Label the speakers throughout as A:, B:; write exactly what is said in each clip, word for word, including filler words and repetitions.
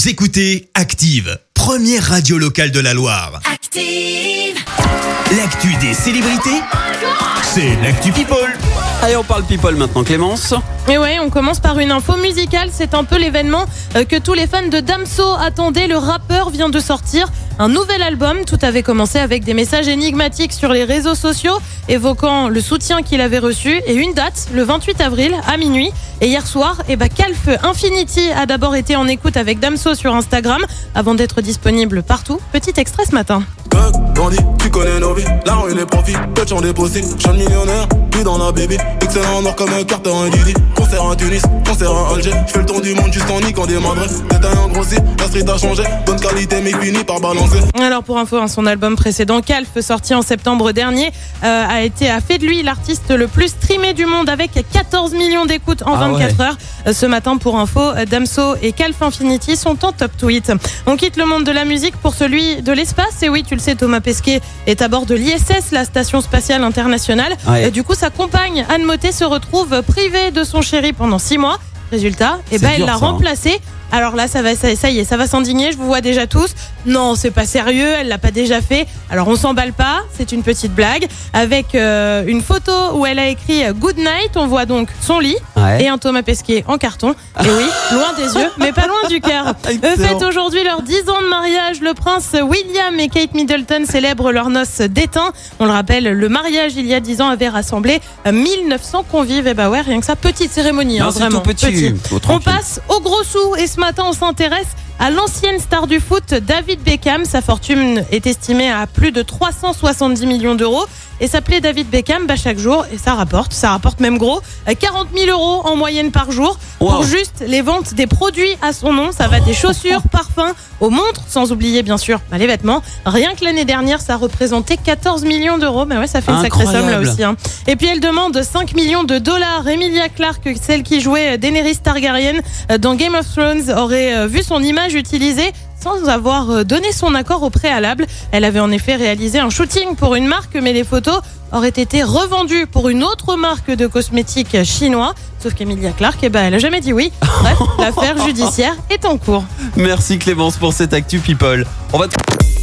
A: Vous écoutez Active, première radio locale de la Loire.
B: Active.
A: L'actu des célébrités, c'est l'actu People.
C: Allez, on parle people maintenant, Clémence.
D: Et ouais, on commence par une info musicale. C'est un peu l'événement que tous les fans de Damso attendaient. Le rappeur vient de sortir un nouvel album. Tout avait commencé avec des messages énigmatiques sur les réseaux sociaux évoquant le soutien qu'il avait reçu et une date, le vingt-huit avril à minuit. Et hier soir, eh ben, Calf Infinity a d'abord été en écoute avec Damso sur Instagram avant d'être disponible partout. Petit extrait ce matin.
E: Bandit, tu connais nos vies, la rue les profits, peu de des possibles, jeune millionnaire, plus dans la baby, excellent noir comme un carter, un Didi, concert à Tunis, concert à Alger, j'fais le tour du monde juste en niquant des madres, détail en grossi, la street a changé, bonne qualité mais fini par balancer.
D: Alors pour info, hein, son album précédent, Calf, sorti en septembre dernier, euh, a été a fait de lui l'artiste le plus streamé du monde avec quatorze millions d'écoutes en
C: ah
D: vingt-quatre
C: ouais.
D: heures. Ce matin, pour info, Damso et Calf Infinity sont en top tweet. On quitte le monde de la musique pour celui de l'espace. Et oui, tu le sais, Thomas Pesquet est à bord de l'I S S, la station spatiale internationale.
C: Ouais.
D: Et du coup, sa compagne Anne Mottet se retrouve privée de son chéri pendant six mois. Résultat, eh ben,
C: C'est
D: elle
C: dur,
D: l'a
C: ça, hein.
D: remplacé. Alors là, ça va, ça, ça y est, ça va s'indigner. Je vous vois déjà tous. Non, c'est pas sérieux. Elle l'a pas déjà fait. Alors on s'emballe pas. C'est une petite blague avec euh, une photo où elle a écrit Good Night. On voit donc son lit
C: Ouais.
D: et un Thomas Pesquet en carton. Et oui, loin des yeux, mais pas loin du cœur. Eux
C: Excellent.
D: fêtent aujourd'hui leurs dix ans de mariage. Le prince William et Kate Middleton célèbrent leurs noces d'étain. On le rappelle, le mariage il y a dix ans avait rassemblé mille neuf cents convives. Et bah ouais, rien que ça, petite cérémonie,
C: Non,
D: hein,
C: c'est
D: vraiment
C: tout petit. Oh,
D: On
C: tranquille.
D: passe au gros sous et ce matin on s'intéresse à l'ancienne star du foot David Beckham. Sa fortune est estimée à plus de trois cent soixante-dix millions d'euros. Et s'appelait David Beckham, bah chaque jour, et ça rapporte, ça rapporte même gros, quarante mille euros en moyenne par jour.
C: Wow.
D: Pour juste les ventes des produits à son nom. Ça va des chaussures, parfums, aux montres, sans oublier bien sûr bah, les vêtements. Rien que l'année dernière, ça représentait quatorze millions d'euros. Bah ouais, ça fait une sacrée somme là
C: Incroyable.
D: aussi. Hein. Et puis elle demande cinq millions de dollars. Emilia Clarke, celle qui jouait Daenerys Targaryen dans Game of Thrones, aurait vu son image utilisée sans avoir donné son accord au préalable. Elle avait en effet réalisé un shooting pour une marque, mais les photos auraient été revendues pour une autre marque de cosmétiques chinois. Sauf qu'Emilia Clarke, eh ben, elle a jamais dit oui. Bref, l'affaire judiciaire est en cours.
C: Merci Clémence pour cette actu people. On va t-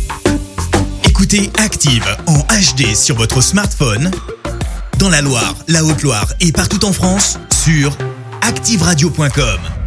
A: Écoutez Active en H D sur votre smartphone, dans la Loire, la Haute-Loire et partout en France, sur active radio point com.